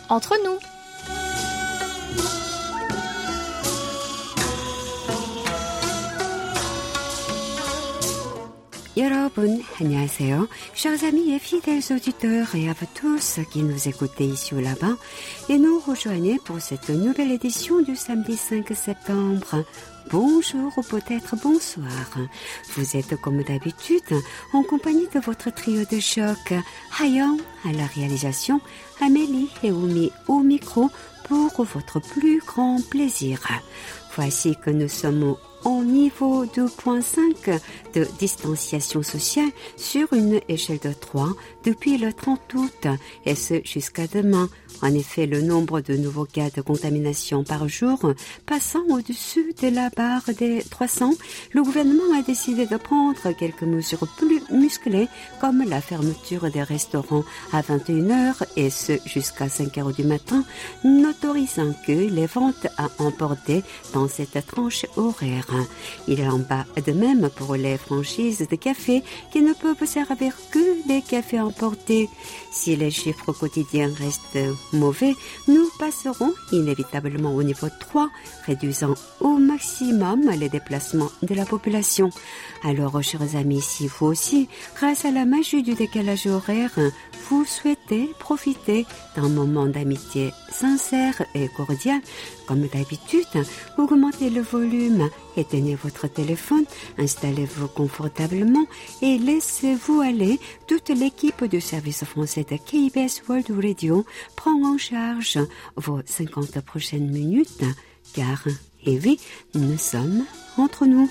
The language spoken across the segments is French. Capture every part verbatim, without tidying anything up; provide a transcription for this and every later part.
entre nous. 여러분, 안녕하세요. Chers amis et fidèles auditeurs et à vous tous qui nous écoutez ici ou là-bas et nous rejoignez pour cette nouvelle édition du samedi cinq septembre. Bonjour ou peut-être bonsoir. Vous êtes comme d'habitude en compagnie de votre trio de choc. Hayon à la réalisation, Amélie et Oumi au micro pour votre plus grand plaisir. Voici que nous sommes au niveau deux point cinq de distanciation sociale sur une échelle de trois depuis le trente août et ce jusqu'à demain. En effet, le nombre de nouveaux cas de contamination par jour passant au-dessus de la barre des trois cents, le gouvernement a décidé de prendre quelques mesures plus musclées comme la fermeture des restaurants à vingt et une heures et ce jusqu'à cinq heures du matin, n'autorisant que les ventes à emporter dans cette tranche horaire. Il en va de même pour les franchises de café qui ne peuvent servir que des cafés emportés. Si les chiffres quotidiens restent mauvais, nous passerons inévitablement au niveau trois, réduisant au maximum les déplacements de la population. Alors, chers amis, si vous aussi, grâce à la magie du décalage horaire, vous souhaitez profiter d'un moment d'amitié sincère et cordial, comme d'habitude, augmentez le volume, éteignez votre téléphone, installez-vous confortablement et laissez-vous aller. Toute l'équipe du service français de K B S World Radio prend en charge vos cinquante prochaines minutes, car, et oui, nous sommes entre nous.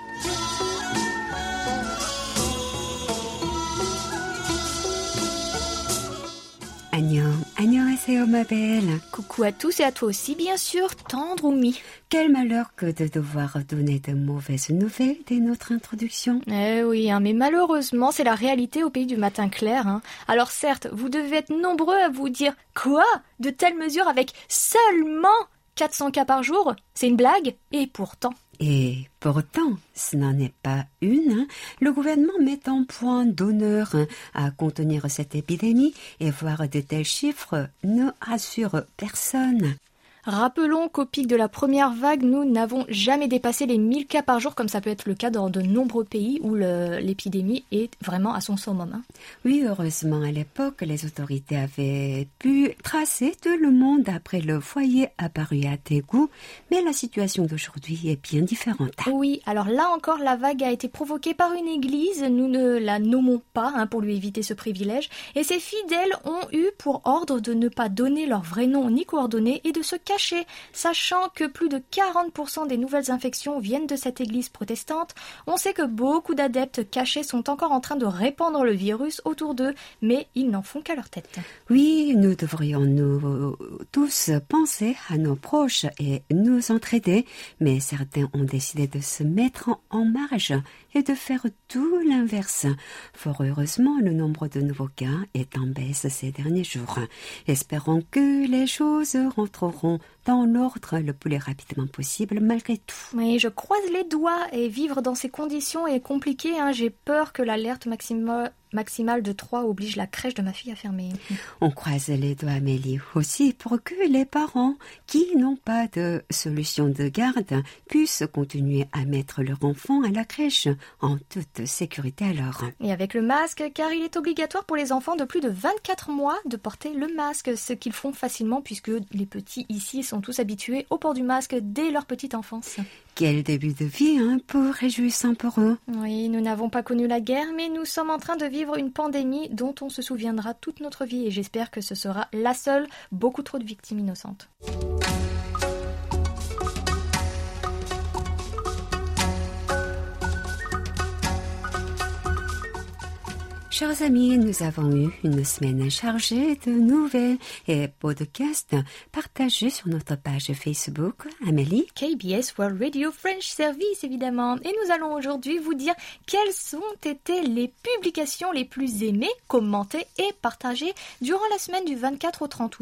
Annyeong, annyeonghaseyo ma belle. Coucou à tous et à toi aussi, bien sûr, tendre Oumi. Quel malheur que de devoir donner de mauvaises nouvelles dès notre introduction. Eh oui, hein, mais malheureusement, c'est la réalité au pays du matin clair. Hein. Alors certes, vous devez être nombreux à vous dire « Quoi ? De telles mesures avec seulement quatre cents cas par jour ? C'est une blague ?» Et pourtant... Et pourtant, ce n'en est pas une. Hein. Le gouvernement met un point d'honneur hein, à contenir cette épidémie et voir de tels chiffres ne rassurent personne. Rappelons qu'au pic de la première vague, nous n'avons jamais dépassé les mille cas par jour, comme ça peut être le cas dans de nombreux pays où le, l'épidémie est vraiment à son summum. Hein. Oui, heureusement, à l'époque, les autorités avaient pu tracer tout le monde après le foyer apparu à Daegu, mais la situation d'aujourd'hui est bien différente. Oui, alors là encore, la vague a été provoquée par une église, nous ne la nommons pas hein, pour lui éviter ce privilège, et ses fidèles ont eu pour ordre de ne pas donner leur vrai nom ni coordonnées et de se caché, sachant que plus de quarante pour cent des nouvelles infections viennent de cette église protestante. On sait que beaucoup d'adeptes cachés sont encore en train de répandre le virus autour d'eux, mais ils n'en font qu'à leur tête. Oui, nous devrions nous tous penser à nos proches et nous entraider, mais certains ont décidé de se mettre en marge et de faire tout l'inverse. Fort heureusement, le nombre de nouveaux cas est en baisse ces derniers jours. Espérons que les choses rentreront dans l'ordre le plus rapidement possible malgré tout. Oui, je croise les doigts et vivre dans ces conditions est compliqué. Hein. J'ai peur que l'alerte maximale maximale de trois oblige la crèche de ma fille à fermer. On croise les doigts, Amélie, aussi pour que les parents qui n'ont pas de solution de garde puissent continuer à mettre leur enfant à la crèche en toute sécurité alors. Et avec le masque, car il est obligatoire pour les enfants de plus de vingt-quatre mois de porter le masque, ce qu'ils font facilement puisque les petits ici sont tous habitués au port du masque dès leur petite enfance. Quel début de vie, hein, pour réjouissant pour eux. Oui, nous n'avons pas connu la guerre, mais nous sommes en train de vivre une pandémie dont on se souviendra toute notre vie et j'espère que ce sera la seule, beaucoup trop de victimes innocentes. Chers amis, nous avons eu une semaine chargée de nouvelles et podcasts partagés sur notre page Facebook. Amélie? K B S World Radio French Service, évidemment. Et nous allons aujourd'hui vous dire quelles ont été les publications les plus aimées, commentées et partagées durant la semaine du vingt-quatre au trente août.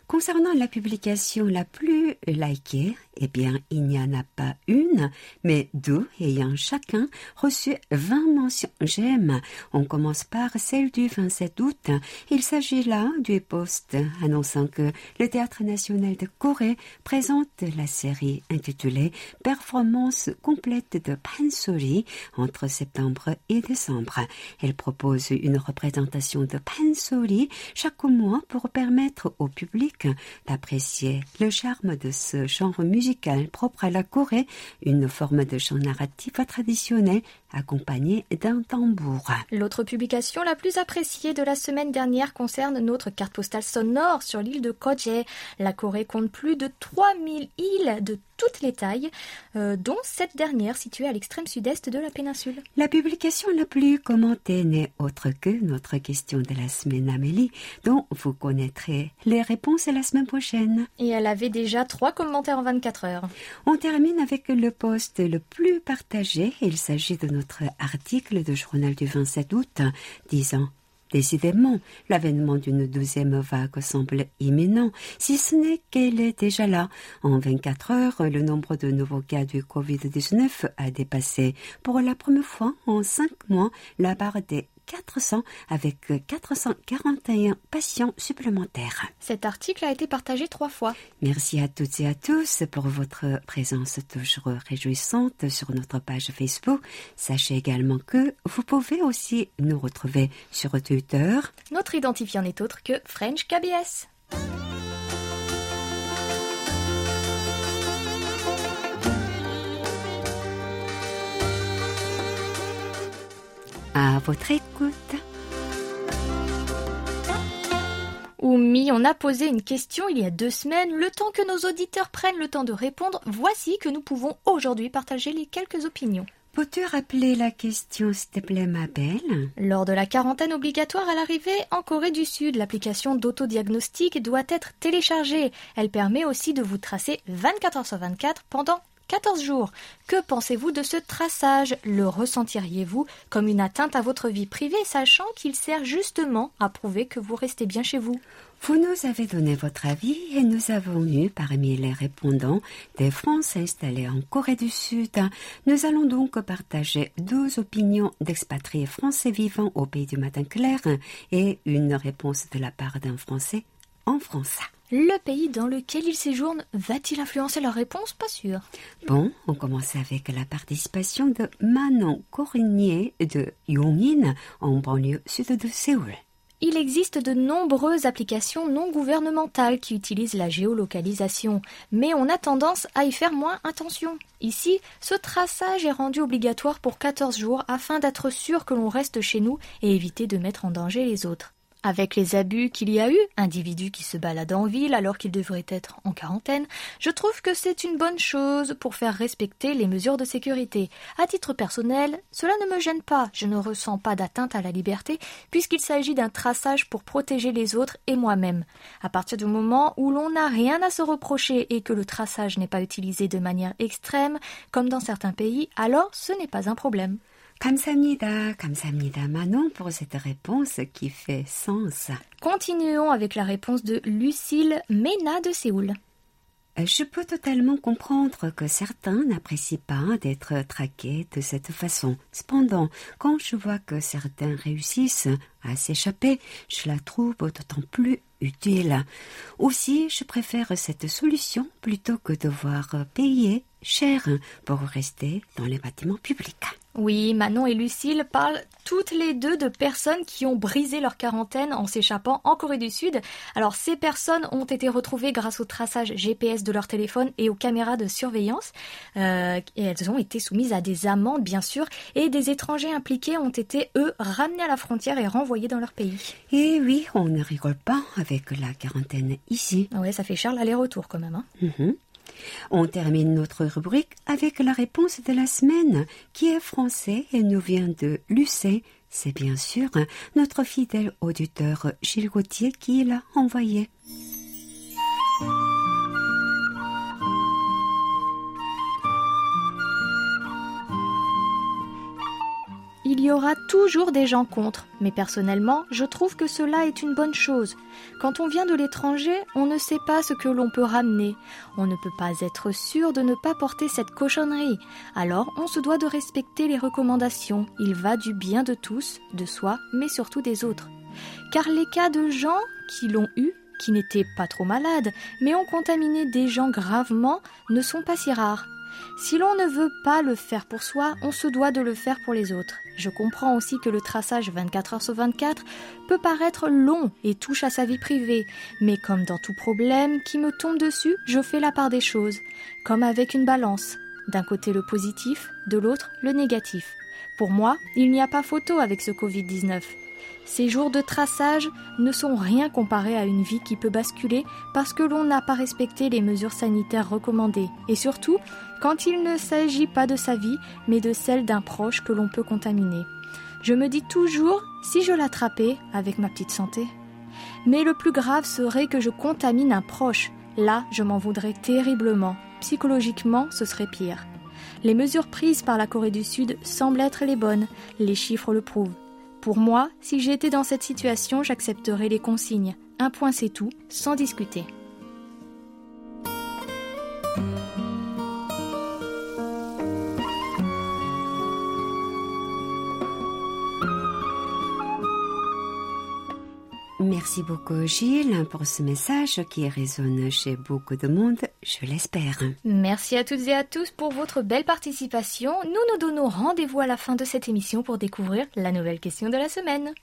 Concernant la publication la plus likée, eh bien, il n'y en a pas une, mais deux ayant chacun reçu vingt mentions j'aime. On commence par celle du vingt-sept août. Il s'agit là du post annonçant que le Théâtre national de Corée présente la série intitulée « Performance complète de Pansori » entre septembre et décembre. Elle propose une représentation de Pansori chaque mois pour permettre au public d'apprécier le charme de ce genre musical propre à la Corée, une forme de chant narratif traditionnel accompagné d'un tambour. L'autre publication la plus appréciée de la semaine dernière concerne notre carte postale sonore sur l'île de Kojé. La Corée compte plus de trois mille îles de toutes les tailles, euh, dont sept dernières situées à l'extrême sud-est de la péninsule. La publication la plus commentée n'est autre que notre question de la semaine Amélie, dont vous connaîtrez les réponses la semaine prochaine. Et elle avait déjà trois commentaires en vingt-quatre heures. On termine avec le post le plus partagé. Il s'agit de notre article de journal du vingt-sept août disant « Décidément, l'avènement d'une douzième vague semble imminent, si ce n'est qu'elle est déjà là. En vingt-quatre heures, le nombre de nouveaux cas du covid dix-neuf a dépassé pour la première fois en cinq mois la barre des quatre cents avec quatre cent quarante et un patients supplémentaires. » Cet article a été partagé trois fois. Merci à toutes et à tous pour votre présence toujours réjouissante sur notre page Facebook. Sachez également que vous pouvez aussi nous retrouver sur Twitter. Notre identifiant n'est autre que French K B S. À votre écoute. Oumi, on a posé une question il y a deux semaines. Le temps que nos auditeurs prennent le temps de répondre, voici que nous pouvons aujourd'hui partager les quelques opinions. Peux-tu rappeler la question, s'il te plaît, ma belle ? Lors de la quarantaine obligatoire à l'arrivée en Corée du Sud, l'application d'autodiagnostic doit être téléchargée. Elle permet aussi de vous tracer vingt-quatre heures sur vingt-quatre pendant quatorze jours. Que pensez-vous de ce traçage ? Le ressentiriez-vous comme une atteinte à votre vie privée, sachant qu'il sert justement à prouver que vous restez bien chez vous ? Vous nous avez donné votre avis et nous avons eu parmi les répondants des Français installés en Corée du Sud. Nous allons donc partager douze opinions d'expatriés français vivant au pays du matin clair et une réponse de la part d'un Français en France. Le pays dans lequel ils séjournent va-t-il influencer leur réponse ? Pas sûr. Bon, on commence avec la participation de Manon Corigné de Yongin en banlieue sud de Séoul. Il existe de nombreuses applications non gouvernementales qui utilisent la géolocalisation, mais on a tendance à y faire moins attention. Ici, ce traçage est rendu obligatoire pour quatorze jours afin d'être sûr que l'on reste chez nous et éviter de mettre en danger les autres. Avec les abus qu'il y a eu, individus qui se baladent en ville alors qu'ils devraient être en quarantaine, je trouve que c'est une bonne chose pour faire respecter les mesures de sécurité. À titre personnel, cela ne me gêne pas, je ne ressens pas d'atteinte à la liberté puisqu'il s'agit d'un traçage pour protéger les autres et moi-même. À partir du moment où l'on n'a rien à se reprocher et que le traçage n'est pas utilisé de manière extrême, comme dans certains pays, alors ce n'est pas un problème. 감사합니다. 감사합니다, Manon, pour cette réponse qui fait sens. Continuons avec la réponse de Lucille Mena de Séoul. Je peux totalement comprendre que certains n'apprécient pas d'être traqués de cette façon. Cependant, quand je vois que certains réussissent à s'échapper, je la trouve d'autant plus utile. Aussi, je préfère cette solution plutôt que devoir payer cher pour rester dans les bâtiments publics. Oui, Manon et Lucille parlent toutes les deux de personnes qui ont brisé leur quarantaine en s'échappant en Corée du Sud. Alors ces personnes ont été retrouvées grâce au traçage G P S de leur téléphone et aux caméras de surveillance. Euh, et elles ont été soumises à des amendes, bien sûr, et des étrangers impliqués ont été, eux, ramenés à la frontière et renvoyés dans leur pays. Et oui, on ne rigole pas avec la quarantaine ici. Ouais, ça fait cher l'aller-retour quand même. Hein. Mm-hmm. On termine notre rubrique avec la réponse de la semaine qui est français et nous vient de Lucé. C'est bien sûr notre fidèle auditeur Gilles Gauthier qui l'a envoyé. il y aura toujours des gens contre, mais personnellement, je trouve que cela est une bonne chose. Quand on vient de l'étranger, on ne sait pas ce que l'on peut ramener. On ne peut pas être sûr de ne pas porter cette cochonnerie. Alors, on se doit de respecter les recommandations. Il va du bien de tous, de soi, mais surtout des autres. Car les cas de gens qui l'ont eu, qui n'étaient pas trop malades, mais ont contaminé des gens gravement, ne sont pas si rares. Si l'on ne veut pas le faire pour soi, on se doit de le faire pour les autres. Je comprends aussi que le traçage vingt-quatre heures sur vingt-quatre peut paraître long et touche à sa vie privée, mais comme dans tout problème qui me tombe dessus, je fais la part des choses, comme avec une balance. D'un côté le positif, de l'autre le négatif. Pour moi, il n'y a pas photo avec ce covid dix-neuf. Ces jours de traçage ne sont rien comparés à une vie qui peut basculer parce que l'on n'a pas respecté les mesures sanitaires recommandées. Et surtout, quand il ne s'agit pas de sa vie, mais de celle d'un proche que l'on peut contaminer. Je me dis toujours, si je l'attrapais avec ma petite santé. Mais le plus grave serait que je contamine un proche. Là, je m'en voudrais terriblement. Psychologiquement, ce serait pire. Les mesures prises par la Corée du Sud semblent être les bonnes. Les chiffres le prouvent. Pour moi, si j'étais dans cette situation, j'accepterais les consignes. Un point c'est tout, sans discuter. Merci beaucoup Gilles pour ce message qui résonne chez beaucoup de monde, je l'espère. Merci à toutes et à tous pour votre belle participation. Nous nous donnons rendez-vous à la fin de cette émission pour découvrir la nouvelle question de la semaine.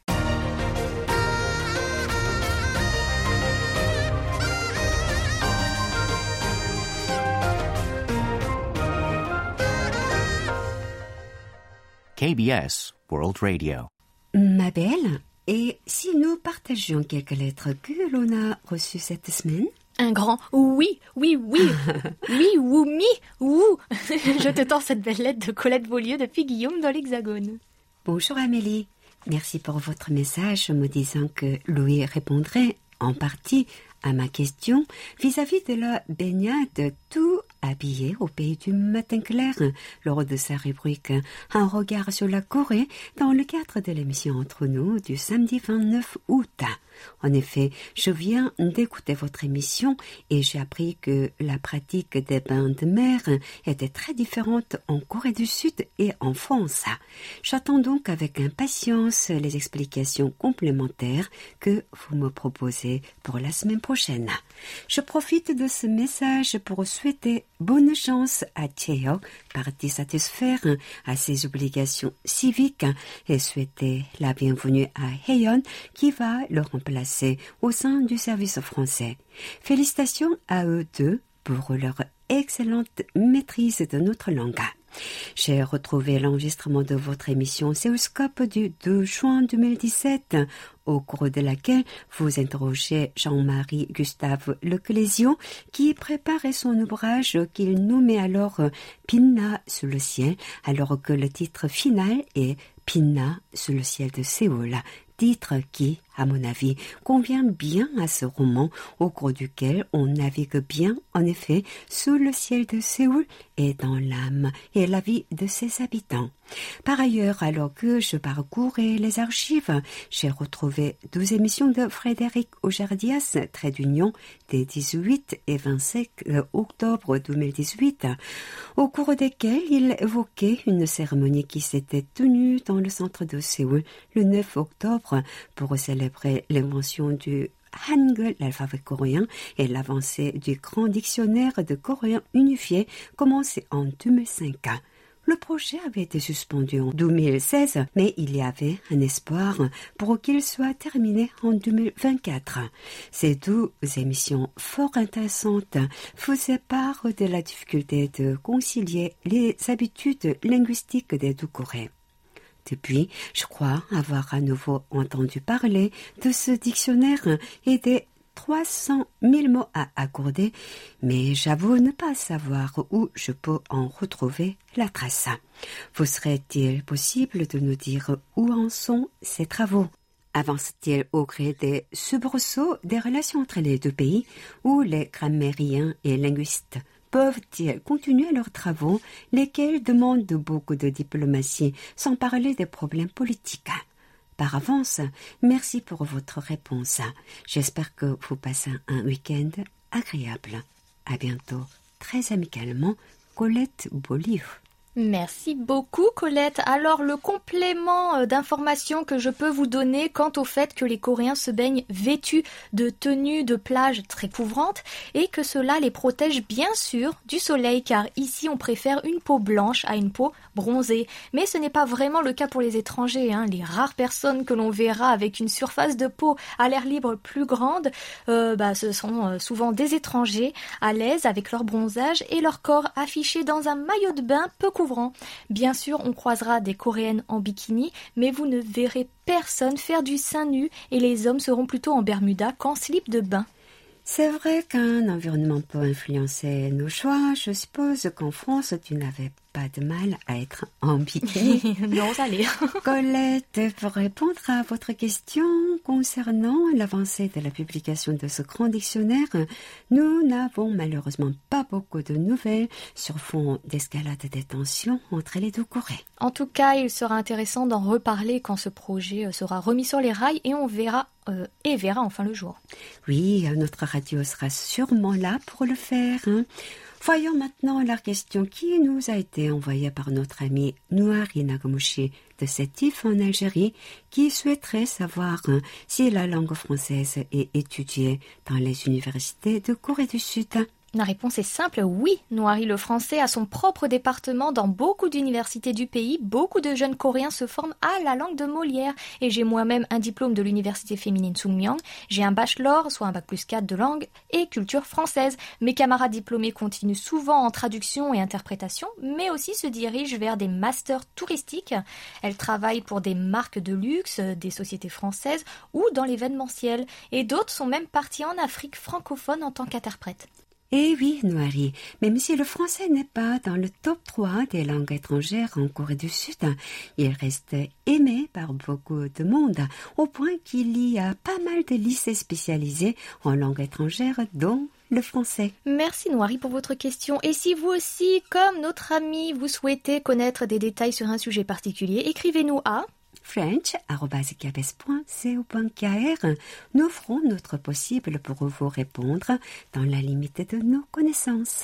K B S World Radio. Ma belle, et si nous partagions quelques lettres que l'on a reçues cette semaine? Un grand oui, oui, oui, oui, ou mi, ou. Je te tends cette belle lettre de Colette Beaulieu depuis Guillaume dans l'Hexagone. Bonjour Amélie, merci pour votre message me disant que Louis répondrait en partie à ma question vis-à-vis de la baignade tout habillé au pays du matin clair lors de sa rubrique Un regard sur la Corée dans le cadre de l'émission Entre nous du samedi vingt-neuf août. En effet, je viens d'écouter votre émission et j'ai appris que la pratique des bains de mer était très différente en Corée du Sud et en France. J'attends donc avec impatience les explications complémentaires que vous me proposez pour la semaine prochaine. Je profite de ce message pour souhaiter bonne chance à Cheo, parti satisfaire à ses obligations civiques et souhaiter la bienvenue à Heyeon qui va le remplacer au sein du service français. Félicitations à eux deux pour leur excellente maîtrise de notre langue. J'ai retrouvé l'enregistrement de votre émission Séoulscope du deux juin deux mille dix-sept, au cours de laquelle vous interrogez Jean-Marie Gustave Leclésio, qui préparait son ouvrage qu'il nommait alors Pinna sous le ciel, alors que le titre final est Pinna sous le ciel de Séoul, titre qui, à mon avis, convient bien à ce roman au cours duquel on navigue bien, en effet, sous le ciel de Séoul et dans l'âme et la vie de ses habitants. Par ailleurs, alors que je parcourais les archives, j'ai retrouvé douze émissions de Frédéric Augerdias, trait d'union des dix-huit et vingt-cinq octobre deux mille dix-huit, au cours desquelles il évoquait une cérémonie qui s'était tenue dans le centre de Séoul le neuf octobre pour célébrer l'invention du Hangul, l'alphabet coréen, et l'avancée du grand dictionnaire de coréen unifié commencé en deux mille cinq. Le projet avait été suspendu en deux mille seize, mais il y avait un espoir pour qu'il soit terminé en deux mille vingt-quatre. Ces douze émissions fort intéressantes faisaient part de la difficulté de concilier les habitudes linguistiques des deux Coréens. Depuis, je crois avoir à nouveau entendu parler de ce dictionnaire et des trois cent mille mots à accorder, mais j'avoue ne pas savoir où je peux en retrouver la trace. Vous serait-il possible de nous dire où en sont ces travaux? Avance-t-il au gré des soubresauts des relations entre les deux pays, où les grammairiens et linguistes peuvent-ils continuer leurs travaux, lesquels demandent beaucoup de diplomatie, sans parler des problèmes politiques? Par avance, merci pour votre réponse. J'espère que vous passez un week-end agréable. À bientôt. Très amicalement, Colette Beaulieu. Merci beaucoup Colette. Alors le complément d'information que je peux vous donner quant au fait que les Coréens se baignent vêtus de tenues de plage très couvrantes et que cela les protège bien sûr du soleil car ici on préfère une peau blanche à une peau bronzée. Mais ce n'est pas vraiment le cas pour les étrangers. Hein. Les rares personnes que l'on verra avec une surface de peau à l'air libre plus grande, euh, bah, ce sont souvent des étrangers à l'aise avec leur bronzage et leur corps affiché dans un maillot de bain peu couvrant. Bien sûr, on croisera des Coréennes en bikini, mais vous ne verrez personne faire du sein nu et les hommes seront plutôt en bermuda qu'en slip de bain. C'est vrai qu'un environnement peut influencer nos choix. Je suppose qu'en France, tu n'avais pas de mal à être en bikini. Non, ça allait. Colette, pour répondre à votre question concernant l'avancée de la publication de ce grand dictionnaire, nous n'avons malheureusement pas beaucoup de nouvelles sur fond d'escalade des tensions entre les deux Corées. En tout cas, il sera intéressant d'en reparler quand ce projet sera remis sur les rails et on verra euh, et verra enfin le jour. Oui, notre radio sera sûrement là pour le faire. Hein. Voyons maintenant la question qui nous a été envoyée par notre ami Nouari Nagamushi de Sétif en Algérie qui souhaiterait savoir hein, si la langue française est étudiée dans les universités de Corée du Sud. La réponse est simple, oui. Nouari le français a son propre département dans beaucoup d'universités du pays. Beaucoup de jeunes Coréens se forment à la langue de Molière. Et j'ai moi-même un diplôme de l'université féminine Soongmyung. J'ai un bachelor, soit un bac plus quatre de langue et culture française. Mes camarades diplômés continuent souvent en traduction et interprétation, mais aussi se dirigent vers des masters touristiques. Elles travaillent pour des marques de luxe, des sociétés françaises ou dans l'événementiel. Et d'autres sont même partis en Afrique francophone en tant qu'interprètes. Eh oui, Nouari, même si le français n'est pas dans le top trois des langues étrangères en Corée du Sud, il reste aimé par beaucoup de monde, au point qu'il y a pas mal de lycées spécialisés en langue étrangère, dont le français. Merci Nouari pour votre question. Et si vous aussi, comme notre ami, vous souhaitez connaître des détails sur un sujet particulier, écrivez-nous à french arobase k b s point co point k r. Nous ferons notre possible pour vous répondre dans la limite de nos connaissances.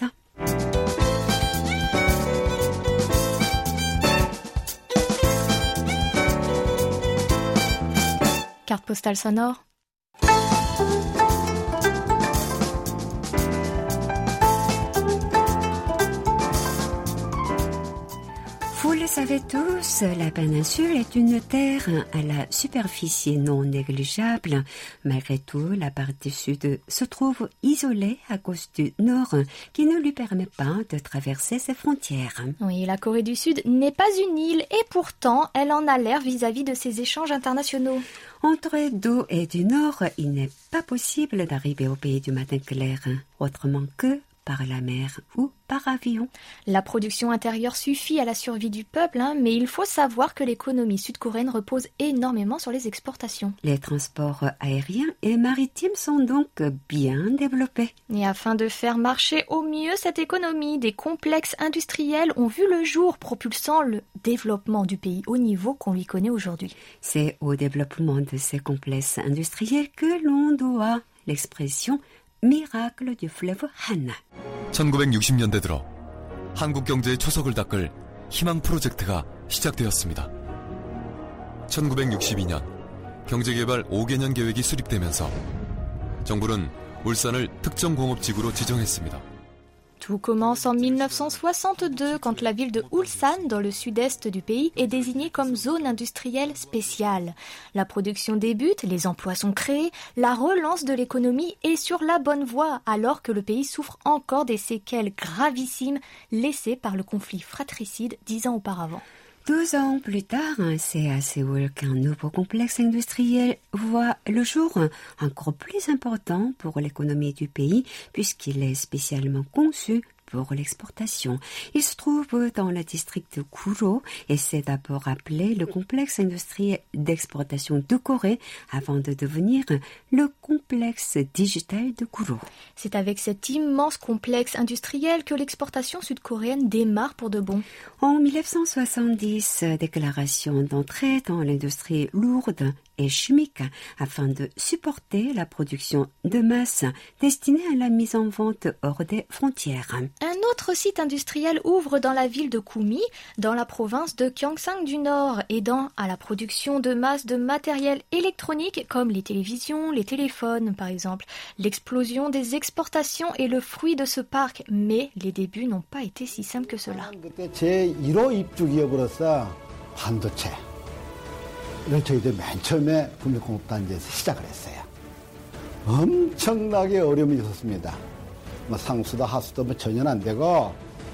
Carte postale sonore. Vous le savez tous, la péninsule est une terre à la superficie non négligeable. Malgré tout, la partie sud se trouve isolée à cause du nord qui ne lui permet pas de traverser ses frontières. Oui, la Corée du Sud n'est pas une île et pourtant, elle en a l'air vis-à-vis de ses échanges internationaux. Entre Do et du nord, il n'est pas possible d'arriver au pays du matin clair, autrement que par la mer ou par avion. La production intérieure suffit à la survie du peuple, hein, mais il faut savoir que l'économie sud-coréenne repose énormément sur les exportations. Les transports aériens et maritimes sont donc bien développés. Et afin de faire marcher au mieux cette économie, des complexes industriels ont vu le jour, propulsant le développement du pays au niveau qu'on lui connaît aujourd'hui. C'est au développement de ces complexes industriels que l'on doit l'expression miracle du fleuve Han. 천구백육십 년대 들어 한국 경제의 초석을 닦을 희망 프로젝트가 시작되었습니다. 천구백육십이 년 경제개발 오 개년 계획이 수립되면서 정부는 울산을 특정공업지구로 지정했습니다. Tout commence en mille neuf cent soixante-deux quand la ville de Ulsan, dans le sud-est du pays, est désignée comme zone industrielle spéciale. La production débute, les emplois sont créés, la relance de l'économie est sur la bonne voie alors que le pays souffre encore des séquelles gravissimes laissées par le conflit fratricide dix ans auparavant. Douze ans plus tard, c'est à Séoul qu'un nouveau complexe industriel voit le jour, encore plus important pour l'économie du pays puisqu'il est spécialement conçu pour l'exportation. Il se trouve dans le district de Guro et s'est d'abord appelé le complexe industriel d'exportation de Corée avant de devenir le complexe digital de Guro. C'est avec cet immense complexe industriel que l'exportation sud-coréenne démarre pour de bon. En dix-neuf cent soixante-dix, déclaration d'entrée dans l'industrie lourde et chimique afin de supporter la production de masse destinée à la mise en vente hors des frontières. Un autre site industriel ouvre dans la ville de Gumi, dans la province de Gyeongsang du Nord, aidant à la production de masse de matériel électronique comme les télévisions, les téléphones par exemple. L'explosion des exportations est le fruit de ce parc, mais les débuts n'ont pas été si simples que cela. 제일 호 입주 기업으로서 반도체 이걸 저희들 맨 처음에 국립공업단지에서 시작을 했어요. 엄청나게 어려움이 있었습니다. 뭐 상수도 하수도 뭐 전혀 안 되고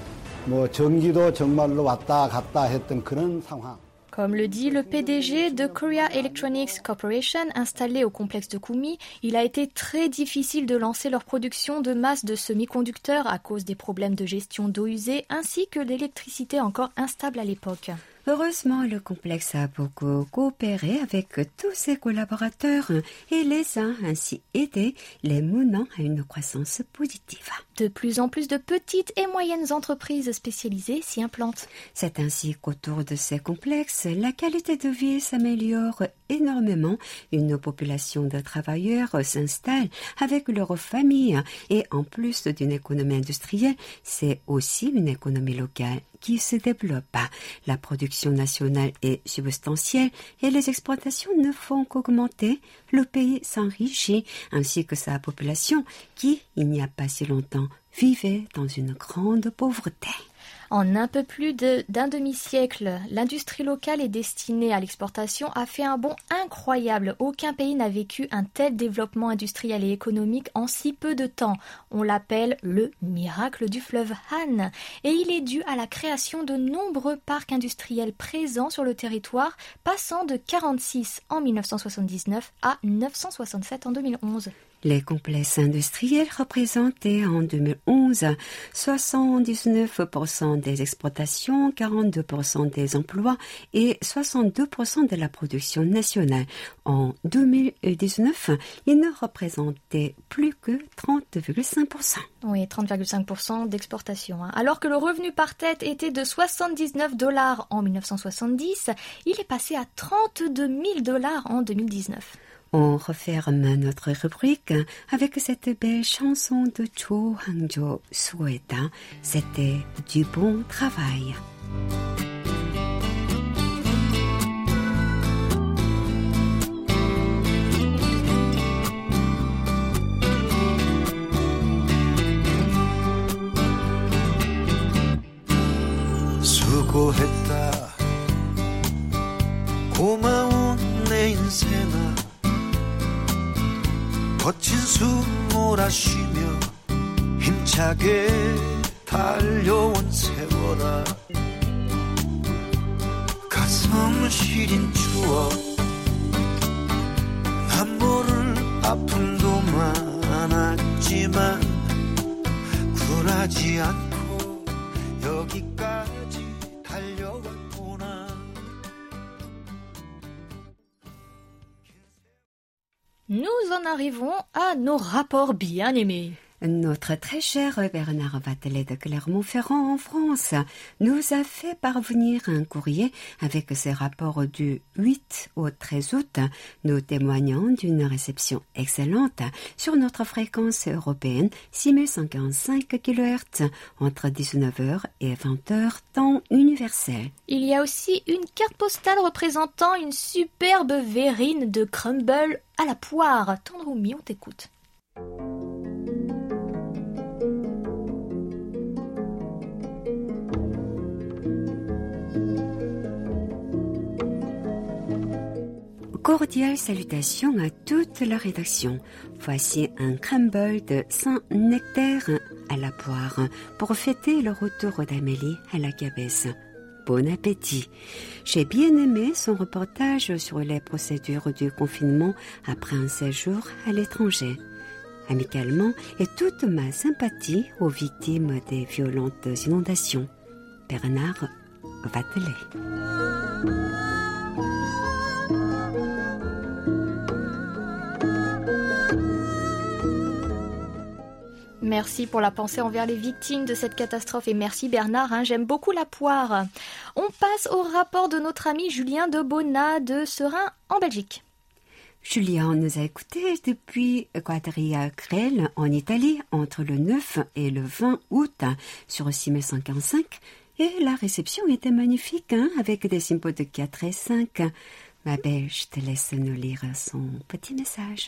뭐 전기도 정말로 왔다 갔다 했던 그런 상황. Comme le dit le P D G de Korea Electronics Corporation, installé au complexe de Gumi, il a été très difficile de lancer leur production de masse de semi-conducteurs à cause des problèmes de gestion d'eau usée ainsi que d'électricité encore instable à l'époque. Heureusement, le complexe a beaucoup coopéré avec tous ses collaborateurs et les a ainsi aidés, les menant à une croissance positive. De plus en plus de petites et moyennes entreprises spécialisées s'y implantent. C'est ainsi qu'autour de ces complexes, la qualité de vie s'améliore énormément. Une population de travailleurs s'installe avec leurs familles et en plus d'une économie industrielle, c'est aussi une économie locale qui se développe. La production nationale est substantielle et les exportations ne font qu'augmenter. Le pays s'enrichit ainsi que sa population qui, il n'y a pas si longtemps, vivait dans une grande pauvreté. En un peu plus de, d'un demi-siècle, l'industrie locale et destinée à l'exportation a fait un bond incroyable. Aucun pays n'a vécu un tel développement industriel et économique en si peu de temps. On l'appelle le miracle du fleuve Han. Et il est dû à la création de nombreux parcs industriels présents sur le territoire, passant de quarante-six en mille neuf cent soixante-dix-neuf à neuf cent soixante-sept en deux mille onze. Les complexes industriels représentaient en deux mille onze soixante-dix-neuf pour cent des exportations, quarante-deux pour cent des emplois et soixante-deux pour cent de la production nationale. En deux mille dix-neuf, ils ne représentaient plus que trente virgule cinq pour cent. Oui, trente virgule cinq pour cent d'exportation. Hein. Alors que le revenu par tête était de soixante-dix-neuf dollars en mille neuf cent soixante-dix, il est passé à trente-deux mille dollars en deux mille dix-neuf. On referme notre rubrique avec cette belle chanson de Cho Hang-jo, Sueta. C'était du bon travail. 수고했다 고마운 내 인생아 거친 숨 몰아쉬며 힘차게 달려온 세월아 가슴 시린 추억 난 모를 아픔도 많았지만 굴하지 않고 여기까지 달려왔구나. Nous en arrivons à nos rapports bien-aimés. Notre très cher Bernard Vatelet de Clermont-Ferrand en France nous a fait parvenir un courrier avec ses rapports du huit au treize août, nous témoignant d'une réception excellente sur notre fréquence européenne six mille cent quarante-cinq kilohertz entre dix-neuf heures et vingt heures temps universel. Il y a aussi une carte postale représentant une superbe verrine de crumble à la poire. Tendroumi, on t'écoute. Cordiales salutations à toute la rédaction. Voici un crumble de Saint-Nectaire à la poire pour fêter le retour d'Amélie à la cabesse. Bon appétit. J'ai bien aimé son reportage sur les procédures du confinement après un séjour à l'étranger. amicalement et toute ma sympathie aux victimes des violentes inondations. Bernard Vatelet. Merci pour la pensée envers les victimes de cette catastrophe et merci Bernard, hein, j'aime beaucoup la poire. On passe au rapport de notre ami Julien de Bonnat de Serein en Belgique. Julien nous a écoutés depuis Quadria Crel en Italie entre le neuf et le vingt août sur six mille cent quarante-cinq et la réception était magnifique hein, avec des symbos de quatre et cinq. Ma belle, je te laisse nous lire son petit message.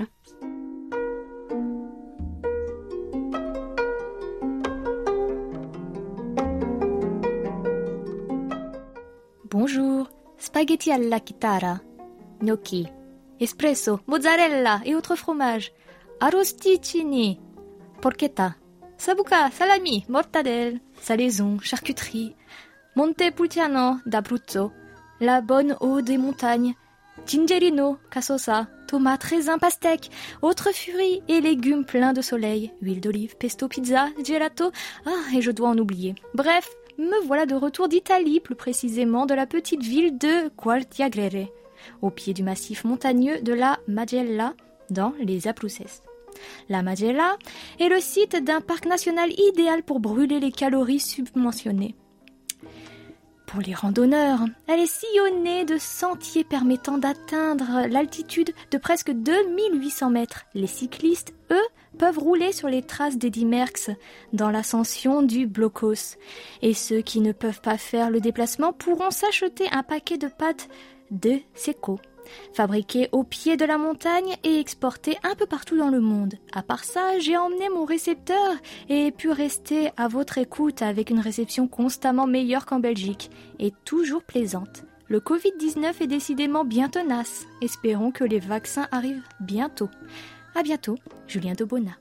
Bonjour, spaghetti alla chitarra, gnocchi, espresso, mozzarella et autres fromages, arrosticini, porchetta, sabuca, salami, mortadelle, salaison, charcuterie, Montepulciano d'Abruzzo, la bonne eau des montagnes, gingerino, cassosa, tomates, raisins, pastèques, autres fruits et légumes pleins de soleil, huile d'olive, pesto, pizza, gelato, ah, et je dois en oublier. Bref, me voilà de retour d'Italie, plus précisément de la petite ville de Guardiagrere, au pied du massif montagneux de la Magella, dans les Abruzzes. La Magella est le site d'un parc national idéal pour brûler les calories subventionnées. Pour les randonneurs, elle est sillonnée de sentiers permettant d'atteindre l'altitude de presque deux mille huit cents mètres. Les cyclistes, eux, peuvent rouler sur les traces d'Eddy Merckx dans l'ascension du Blocos. Et ceux qui ne peuvent pas faire le déplacement pourront s'acheter un paquet de pâtes de Seco, fabriquées au pied de la montagne et exportées un peu partout dans le monde. À part ça, j'ai emmené mon récepteur et pu rester à votre écoute avec une réception constamment meilleure qu'en Belgique et toujours plaisante. Le covid dix-neuf est décidément bien tenace. Espérons que les vaccins arrivent bientôt. À bientôt, Julien de Bonnat.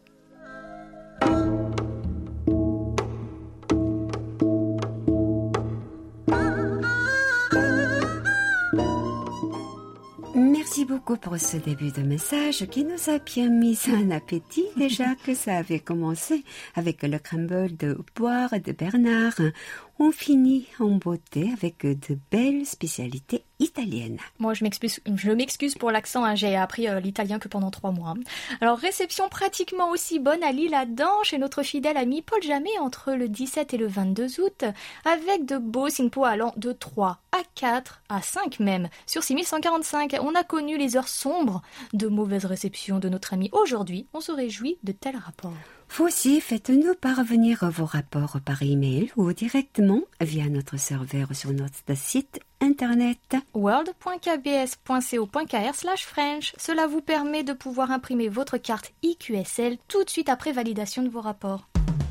Merci beaucoup pour ce début de message qui nous a bien mis un appétit déjà que ça avait commencé avec le crumble de poire de Bernard. On finit en beauté avec de belles spécialités italiennes. Moi, je m'excuse, je m'excuse pour l'accent, hein, j'ai appris euh, l'italien que pendant trois mois. Alors, réception pratiquement aussi bonne à l'Isle-Adam chez notre fidèle ami Paul Jamet entre le dix-sept et le vingt-deux août, avec de beaux simpo allant de trois à quatre à cinq même. Sur six mille cent quarante-cinq, on a connu les heures sombres de mauvaise réception de notre ami. Aujourd'hui, on se réjouit de tels rapports. Vous aussi, faites-nous parvenir vos rapports par email ou directement via notre serveur sur notre site internet world point k b s point co point k r slash French. Cela vous permet de pouvoir imprimer votre carte I Q S L tout de suite après validation de vos rapports.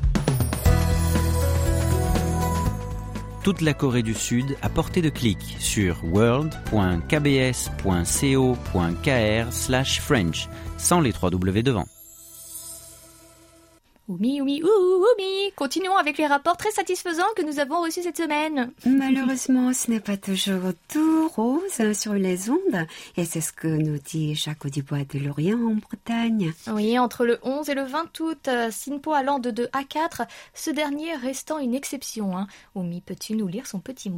Toute la Corée du Sud à portée de clic sur world point k b s point co point k r slash French sans les trois W devant. Oumi, oumi, ouh, oumi. Continuons avec les rapports très satisfaisants que nous avons reçus cette semaine. Malheureusement, ce n'est pas toujours tout rose sur les ondes. Et c'est ce que nous dit Jacques Dubois de Lorient en Bretagne. Oui, entre le onze et le vingt août, Sinpo allant de deux à quatre, ce dernier restant une exception. Hein. Oumi, peux-tu nous lire son petit mot ?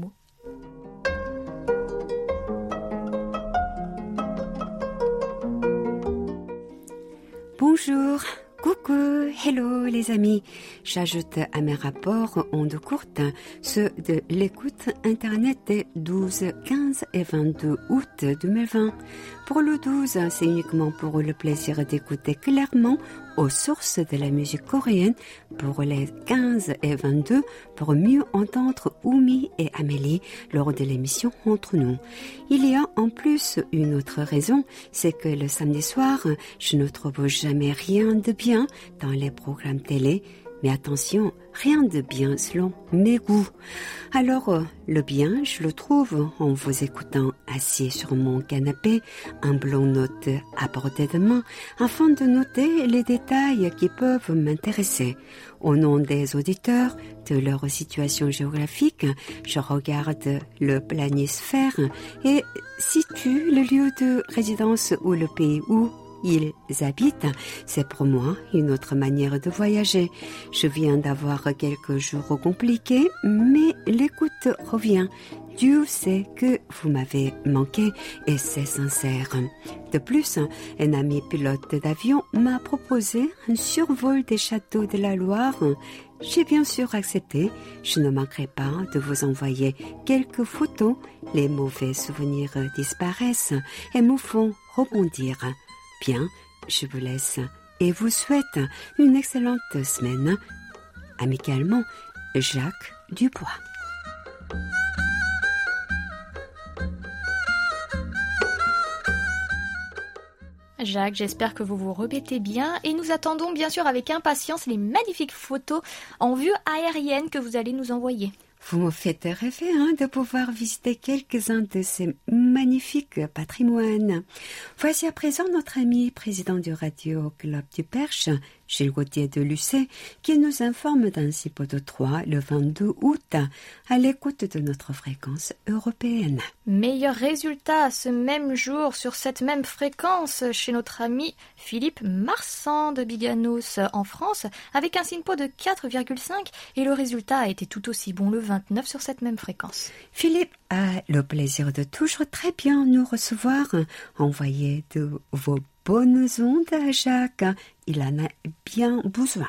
Bonjour. Coucou, hello les amis. J'ajoute à mes rapports ondes courtes ceux de l'écoute internet des douze, quinze et vingt-deux août deux mille vingt. Pour le douze, c'est uniquement pour le plaisir d'écouter clairement aux sources de la musique coréenne. Pour les quinze et vingt-deux, pour mieux entendre Oumi et Amélie lors de l'émission Entre nous. Il y a en plus une autre raison, c'est que le samedi soir, je ne trouve jamais rien de bien dans les programmes télé. Mais attention, rien de bien selon mes goûts. Alors, le bien, je le trouve en vous écoutant assis sur mon canapé, un bloc-notes à portée de main, afin de noter les détails qui peuvent m'intéresser. Au nom des auditeurs, de leur situation géographique, je regarde le planisphère et situe le lieu de résidence ou le pays où ils habitent. C'est pour moi une autre manière de voyager. Je viens d'avoir quelques jours compliqués, mais l'écoute revient. Dieu sait que vous m'avez manqué et c'est sincère. De plus, un ami pilote d'avion m'a proposé un survol des châteaux de la Loire. J'ai bien sûr accepté. Je ne manquerai pas de vous envoyer quelques photos. Les mauvais souvenirs disparaissent et me font rebondir. Bien, je vous laisse et vous souhaite une excellente semaine. Amicalement, Jacques Dubois. Jacques, j'espère que vous vous remettez bien et nous attendons bien sûr avec impatience les magnifiques photos en vue aérienne que vous allez nous envoyer. Vous me faites rêver hein, de pouvoir visiter quelques-uns de ces magnifiques patrimoines. Voici à présent notre ami président du Radio Club du Perche, Gilles Gauthier de Lucé, qui nous informe d'un Cipodo trois le vingt-deux août à l'écoute de notre fréquence européenne. Meilleur résultat ce même jour sur cette même fréquence chez notre ami Philippe Marsan de Biganos en France avec un SINPO de quatre virgule cinq et le résultat a été tout aussi bon le vingt-neuf sur cette même fréquence. Philippe a le plaisir de toujours très bien nous recevoir. Envoyez de vos bonnes ondes à Jacques, il en a bien besoin.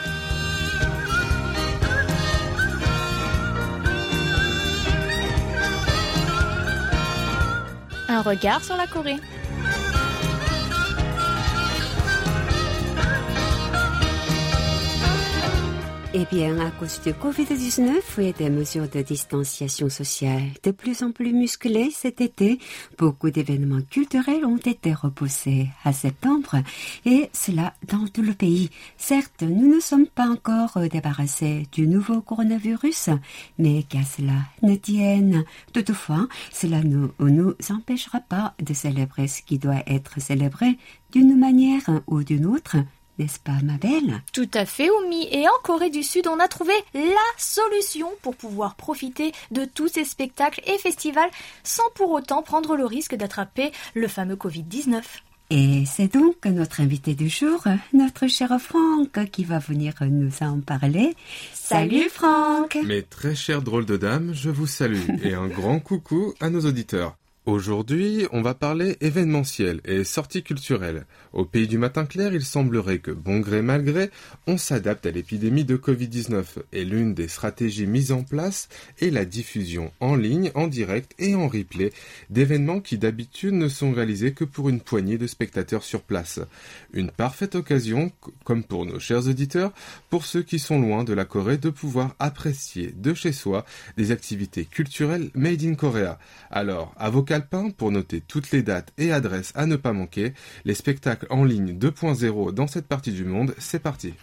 Un regard sur la Corée. Eh bien, à cause du covid dix-neuf et des mesures de distanciation sociale de plus en plus musclées cet été, beaucoup d'événements culturels ont été repoussés à septembre, et cela dans tout le pays. Certes, nous ne sommes pas encore débarrassés du nouveau coronavirus, mais qu'à cela ne tienne. Toutefois, cela ne nous empêchera pas de célébrer ce qui doit être célébré d'une manière ou d'une autre. N'est-ce pas, ma belle? Tout à fait, Oumi. Et en Corée du Sud, on a trouvé la solution pour pouvoir profiter de tous ces spectacles et festivals sans pour autant prendre le risque d'attraper le fameux covid dix-neuf. Et c'est donc notre invité du jour, notre cher Franck, qui va venir nous en parler. Salut Franck! Mes très chères drôles de dames, je vous salue et un grand coucou à nos auditeurs. Aujourd'hui, on va parler événementiel et sorties culturelles. Au pays du matin clair, il semblerait que, bon gré mal gré, on s'adapte à l'épidémie de covid dix-neuf. Et l'une des stratégies mises en place est la diffusion en ligne, en direct et en replay d'événements qui d'habitude ne sont réalisés que pour une poignée de spectateurs sur place. Une parfaite occasion, comme pour nos chers auditeurs, pour ceux qui sont loin de la Corée, de pouvoir apprécier de chez soi des activités culturelles made in Korea. Alors, à vos calepins pour noter toutes les dates et adresses à ne pas manquer, les spectacles en ligne deux point zéro dans cette partie du monde, c'est parti.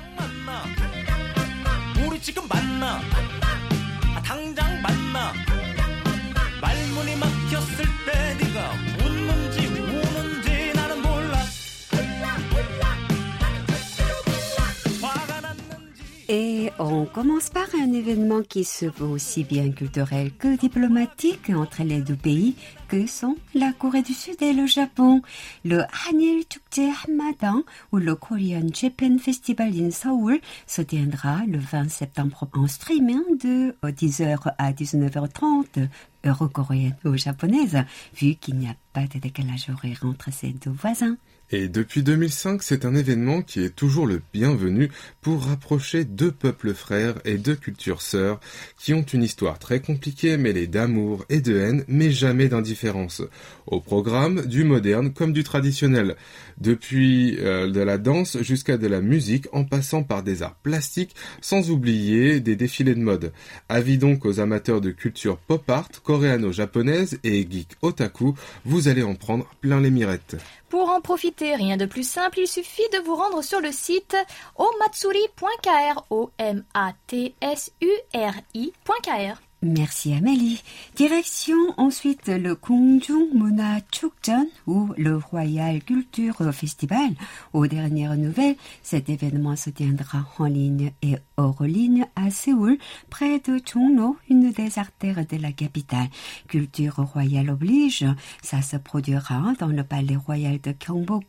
Et on commence par un événement qui se veut aussi bien culturel que diplomatique entre les deux pays que sont la Corée du Sud et le Japon. Le Hanil Chukje Hammadan ou le Korean Japan Festival in Seoul se tiendra le vingt septembre en streaming de dix heures à dix-neuf heures trente. Heure coréenne ou japonaise, vu qu'il n'y a pas de décalage horaire entre ces deux voisins. Et depuis deux mille cinq, c'est un événement qui est toujours le bienvenu pour rapprocher deux peuples frères et deux cultures sœurs qui ont une histoire très compliquée mêlée d'amour et de haine, mais jamais d'indifférence. Au programme, du moderne comme du traditionnel, depuis euh, de la danse jusqu'à de la musique en passant par des arts plastiques, sans oublier des défilés de mode. Avis donc aux amateurs de culture pop art, coréano-japonaise et geek otaku, vous allez en prendre plein les mirettes. Pour en profiter, rien de plus simple, il suffit de vous rendre sur le site omatsuri point k r, O M A T S U R I point k r. Merci Amélie. Direction ensuite le Kongjung Muna Chukjeon ou le Royal Culture Festival. Aux dernières nouvelles, cet événement se tiendra en ligne et hors ligne à Séoul, près de Jongno, une des artères de la capitale. Culture royale oblige, ça se produira dans le palais royal de Gyeongbokgung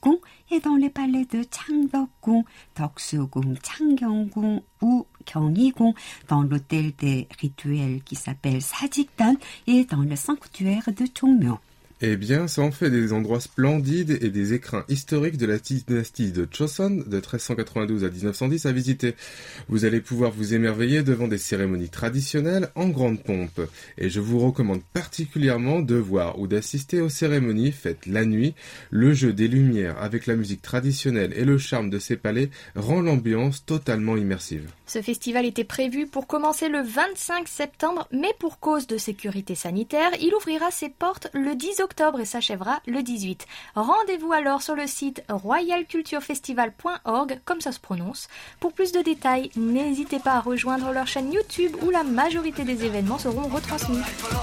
et dans les palais de Changdeok-gung, Deoksu-gung, Changgyeong-gung ou Gyeonggi-gung, dans l'hôtel des rituels qui s'appelle Sajikdan et dans le sanctuaire de Chongmyo. Eh bien, ça en fait des endroits splendides et des écrins historiques de la dynastie de Joseon de treize cent quatre-vingt-douze à dix-neuf cent dix à visiter. Vous allez pouvoir vous émerveiller devant des cérémonies traditionnelles en grande pompe. Et je vous recommande particulièrement de voir ou d'assister aux cérémonies faites la nuit. Le jeu des lumières avec la musique traditionnelle et le charme de ces palais rend l'ambiance totalement immersive. Ce festival était prévu pour commencer le vingt-cinq septembre, mais pour cause de sécurité sanitaire, il ouvrira ses portes le dix octobre et s'achèvera le dix-huit. Rendez-vous alors sur le site royal culture festival point org, comme ça se prononce. Pour plus de détails, n'hésitez pas à rejoindre leur chaîne YouTube où la majorité des événements seront retransmis.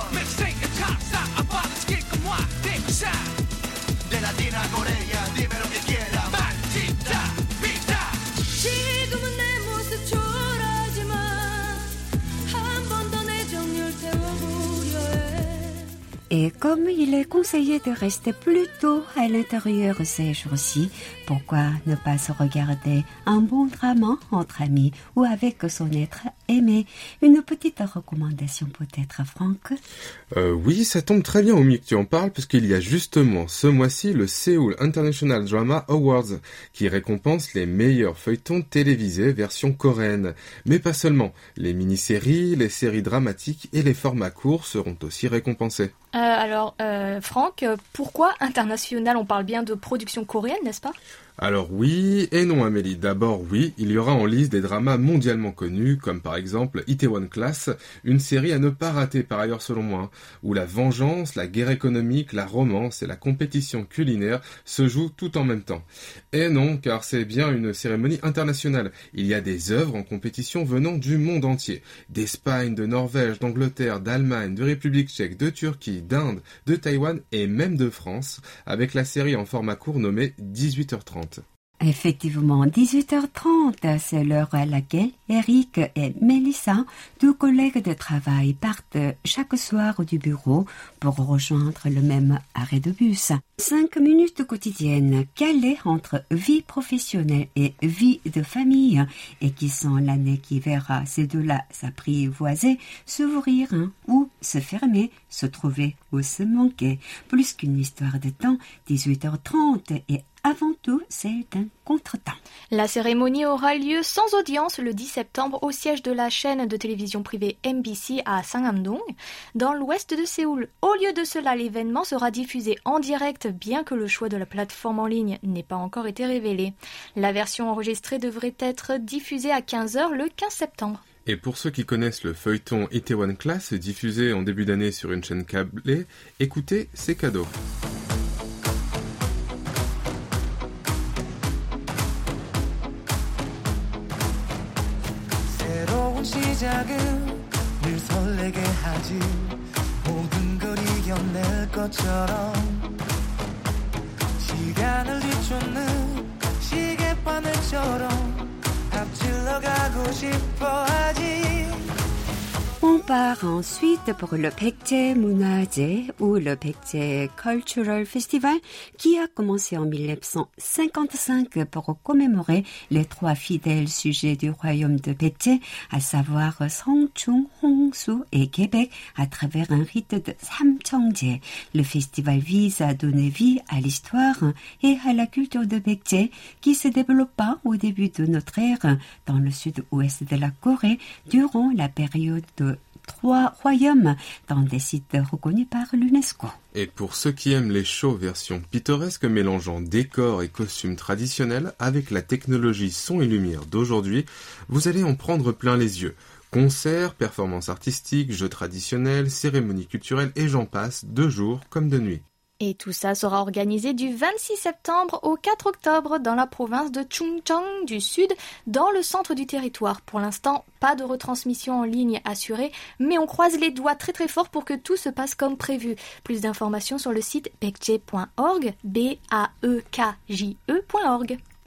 Et comme il est conseillé de rester plutôt à l'intérieur ces jours-ci, pourquoi ne pas se regarder un bon drama entre amis ou avec son être aimé? Une petite recommandation peut-être, Franck? Euh, oui, ça tombe très bien au mieux que tu en parles, puisqu'il y a justement ce mois-ci le Seoul International Drama Awards, qui récompense les meilleurs feuilletons télévisés version coréenne. Mais pas seulement, les mini-séries, les séries dramatiques et les formats courts seront aussi récompensés. Euh, alors, euh, Franck, pourquoi international? On parle bien de production coréenne, n'est-ce pas? Alors oui et non Amélie. D'abord oui, il y aura en lice des dramas mondialement connus, comme par exemple Itaewon Class, une série à ne pas rater par ailleurs selon moi, où la vengeance, la guerre économique, la romance et la compétition culinaire se jouent tout en même temps. Et non, car c'est bien une cérémonie internationale. Il y a des œuvres en compétition venant du monde entier. D'Espagne, de Norvège, d'Angleterre, d'Allemagne, de République tchèque, de Turquie, d'Inde, de Taïwan et même de France, avec la série en format court nommée dix-huit heures trente. Effectivement, dix-huit heures trente, c'est l'heure à laquelle Eric et Melissa, deux collègues de travail, partent chaque soir du bureau pour rejoindre le même arrêt de bus. Cinq minutes quotidiennes calées entre vie professionnelle et vie de famille et qui sont l'année qui verra ces deux-là s'apprivoiser, s'ouvrir hein, ou se fermer, se trouver ou se manquer. Plus qu'une histoire de temps, dix-huit heures trente est avant tout, c'est un contretemps. La cérémonie aura lieu sans audience le dix septembre au siège de la chaîne de télévision privée M B C à Sangam-dong, dans l'ouest de Séoul. Au lieu de cela, l'événement sera diffusé en direct, bien que le choix de la plateforme en ligne n'ait pas encore été révélé. La version enregistrée devrait être diffusée à quinze heures le quinze septembre. Et pour ceux qui connaissent le feuilleton Itaewon Class, diffusé en début d'année sur une chaîne câblée, écoutez, c'est cadeau. 시작은 늘 설레게 하지 모든 걸 이겨낼 것처럼 시간을 뒤쫓는 시계바늘처럼 앞질러 가고 싶어 하지. On part ensuite pour le Baekje Munhaje ou le Baekje Cultural Festival qui a commencé en mille neuf cent cinquante-cinq pour commémorer les trois fidèles sujets du royaume de Baekje, à savoir Seongchung, Hongsu et Québec à travers un rite de Samcheongje. Le festival vise à donner vie à l'histoire et à la culture de Baekje qui se développa au début de notre ère dans le sud-ouest de la Corée durant la période de trois royaumes dans des sites reconnus par l'UNESCO. Et pour ceux qui aiment les shows version pittoresque mélangeant décors et costumes traditionnels avec la technologie son et lumière d'aujourd'hui, vous allez en prendre plein les yeux. Concerts, performances artistiques, jeux traditionnels, cérémonies culturelles et j'en passe, de jour comme de nuit. Et tout ça sera organisé du vingt-six septembre au quatre octobre dans la province de Chungcheong du Sud, dans le centre du territoire. Pour l'instant, pas de retransmission en ligne assurée, mais on croise les doigts très très fort pour que tout se passe comme prévu. Plus d'informations sur le site baekje point org, B A E K J E point org.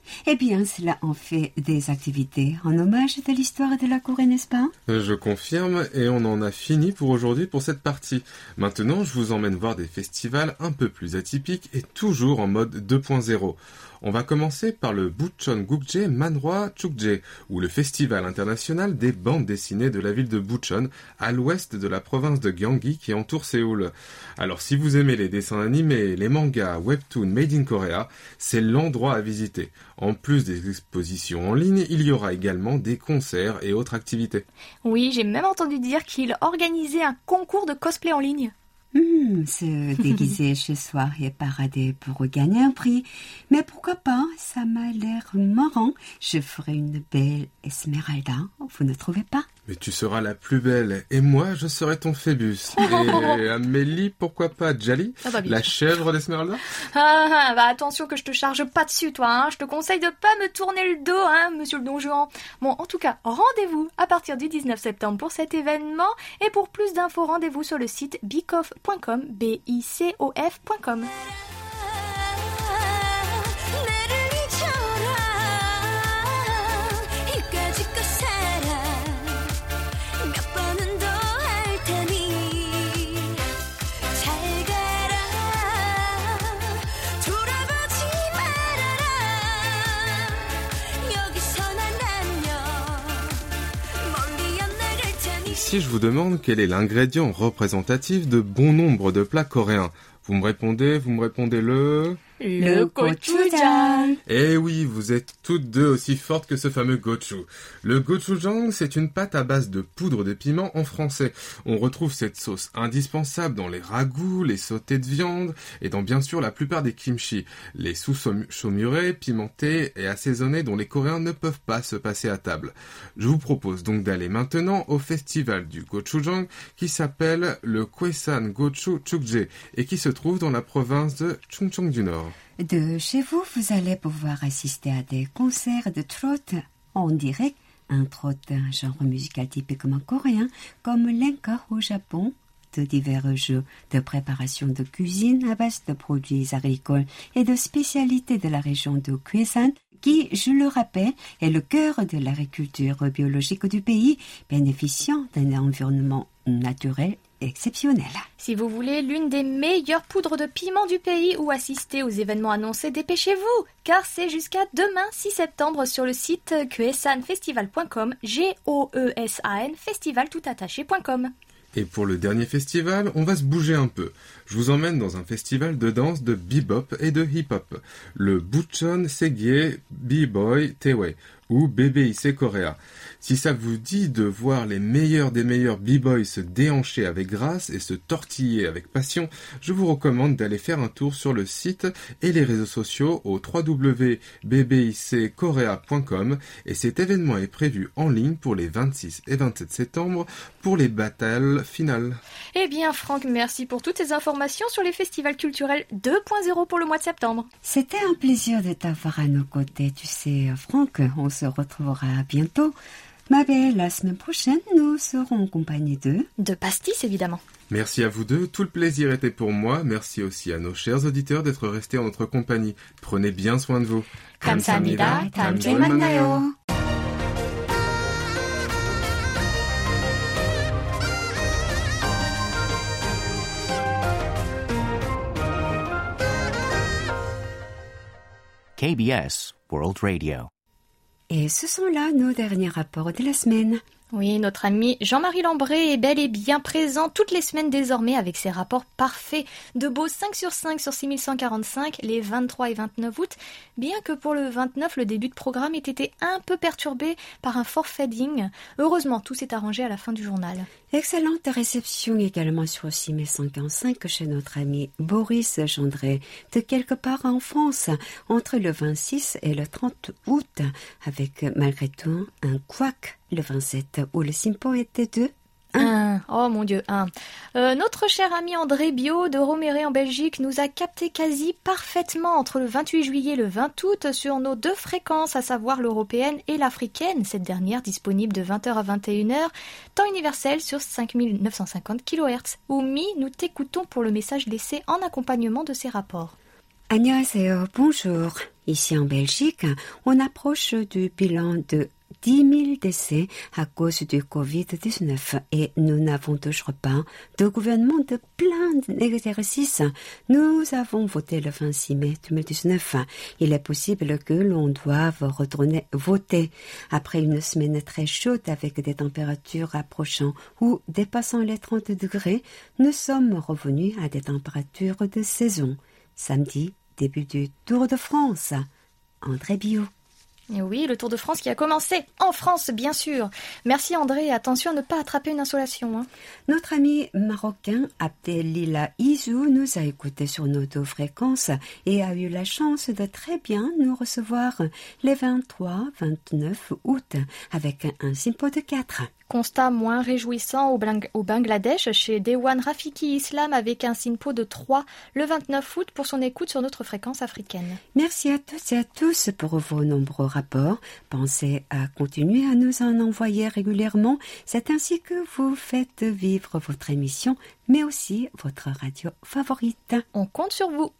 Eh bien, cela en fait des activités en hommage de l'histoire de la Corée, n'est-ce pas? Je confirme, et on en a fini pour aujourd'hui pour cette partie. Maintenant, je vous emmène voir des festivals un peu plus atypiques et toujours en mode deux point zéro. On va commencer par le Bucheon-gukje Manhwa Chukje, ou le festival international des bandes dessinées de la ville de Bucheon, à l'ouest de la province de Gyeonggi qui entoure Séoul. Alors si vous aimez les dessins animés, les mangas, webtoons made in Korea, c'est l'endroit à visiter. En plus des expositions en ligne, il y aura également des concerts et autres activités. Oui, j'ai même entendu dire qu'il organisait un concours de cosplay en ligne. Mmh, se déguiser chez soi et parader pour gagner un prix. Mais pourquoi pas? Ça m'a l'air marrant. Je ferai une belle Esmeralda, vous ne trouvez pas? Mais tu seras la plus belle, et moi, je serai ton Phébus. Et Amélie, pourquoi pas Jali, ah bah, la chèvre d'Esmeralda? Ah, ah, bah attention que je te charge pas dessus, toi. Hein. Je te conseille de pas me tourner le dos, hein, monsieur le Don Juan. Bon, en tout cas, rendez-vous à partir du dix-neuf septembre pour cet événement. Et pour plus d'infos, rendez-vous sur le site bicof point com, b i c o f point com. Si je vous demande quel est l'ingrédient représentatif de bon nombre de plats coréens, vous me répondez, vous me répondez le... Le gochujang. Eh oui, vous êtes toutes deux aussi fortes que ce fameux gochu. Le gochujang, c'est une pâte à base de poudre de piment en français. On retrouve cette sauce indispensable dans les ragoûts, les sautés de viande et dans bien sûr la plupart des kimchi, les sous saumurés, pimentés et assaisonnés dont les Coréens ne peuvent pas se passer à table. Je vous propose donc d'aller maintenant au festival du gochujang qui s'appelle le Kwesan Gochu Chukje et qui se trouve dans la province de Chungcheong du Nord. De chez vous, vous allez pouvoir assister à des concerts de trot en direct, un trot, un genre musical typiquement coréen, comme l'enka au Japon, de divers jeux de préparation de cuisine à base de produits agricoles et de spécialités de la région de Kwesan, qui, je le rappelle, est le cœur de l'agriculture biologique du pays, bénéficiant d'un environnement naturel exceptionnel. Si vous voulez l'une des meilleures poudres de piment du pays ou assister aux événements annoncés, dépêchez-vous, car c'est jusqu'à demain six septembre sur le site kwesanfestival point com, G O E S A N festival tout attaché point com. Et pour le dernier festival, on va se bouger un peu. Je vous emmène dans un festival de danse de bebop et de hip-hop, le Bucheon Segye B-Boy Tewe, ou B B I C Korea. Si ça vous dit de voir les meilleurs des meilleurs b-boys se déhancher avec grâce et se tortiller avec passion, je vous recommande d'aller faire un tour sur le site et les réseaux sociaux au w w w point b b i c korea point com et cet événement est prévu en ligne pour les vingt-six et vingt-sept septembre pour les battles finales. Eh bien Franck, merci pour toutes ces informations sur les festivals culturels deux point zéro pour le mois de septembre. C'était un plaisir de t'avoir à nos côtés, tu sais Franck, on se retrouvera bientôt. Ma belle, la semaine prochaine, nous serons en compagnie de... De pastis, évidemment. Merci à vous deux, tout le plaisir était pour moi. Merci aussi à nos chers auditeurs d'être restés en notre compagnie. Prenez bien soin de vous. 감사합니다. 다음 주에 만나요. K B S World Radio. Et ce sont là nos derniers rapports de la semaine. Oui, notre ami Jean-Marie Lambré est bel et bien présent toutes les semaines désormais avec ses rapports parfaits de beaux cinq sur cinq sur six mille cent quarante-cinq les vingt-trois et vingt-neuf août, bien que pour le vingt-neuf, le début de programme ait été un peu perturbé par un fort fading. Heureusement, tout s'est arrangé à la fin du journal. Excellente réception également sur six mille cent quarante-cinq chez notre ami Boris Gendré, de quelque part en France, entre le vingt-six et le trente août, avec malgré tout un couac le vingt-sept, où le Simpo était de un. Oh mon Dieu, un. Euh, notre cher ami André Bio de Roméré en Belgique nous a capté quasi parfaitement entre le vingt-huit juillet et le vingt août sur nos deux fréquences, à savoir l'européenne et l'africaine, cette dernière disponible de vingt heures à vingt et une heures, temps universel sur cinq mille neuf cent cinquante kilohertz. Oumi, nous t'écoutons pour le message laissé en accompagnement de ces rapports. 안녕하세요, bonjour. Ici en Belgique, on approche du bilan de dix mille décès à cause du covid dix-neuf et nous n'avons toujours pas de gouvernement de plein d'exercices. Nous avons voté le vingt-six mai deux mille dix-neuf. Il est possible que l'on doive retourner voter. Après une semaine très chaude avec des températures approchant ou dépassant les trente degrés, nous sommes revenus à des températures de saison. Samedi, début du Tour de France. André Bio. Et oui, le Tour de France qui a commencé en France, bien sûr. Merci André, attention à ne pas attraper une insolation. Hein. Notre ami marocain Abdelila Izou nous a écoutés sur nos deux fréquences et a eu la chance de très bien nous recevoir les vingt-trois vingt-neuf août avec un SINPO de quatre. Constat moins réjouissant au, Blang- au Bangladesh chez Dewan Rafiki Islam avec un SINPO de trois le vingt-neuf août pour son écoute sur notre fréquence africaine. Merci à toutes et à tous pour vos nombreux rapports. Pensez à continuer à nous en envoyer régulièrement. C'est ainsi que vous faites vivre votre émission, mais aussi votre radio favorite. On compte sur vous.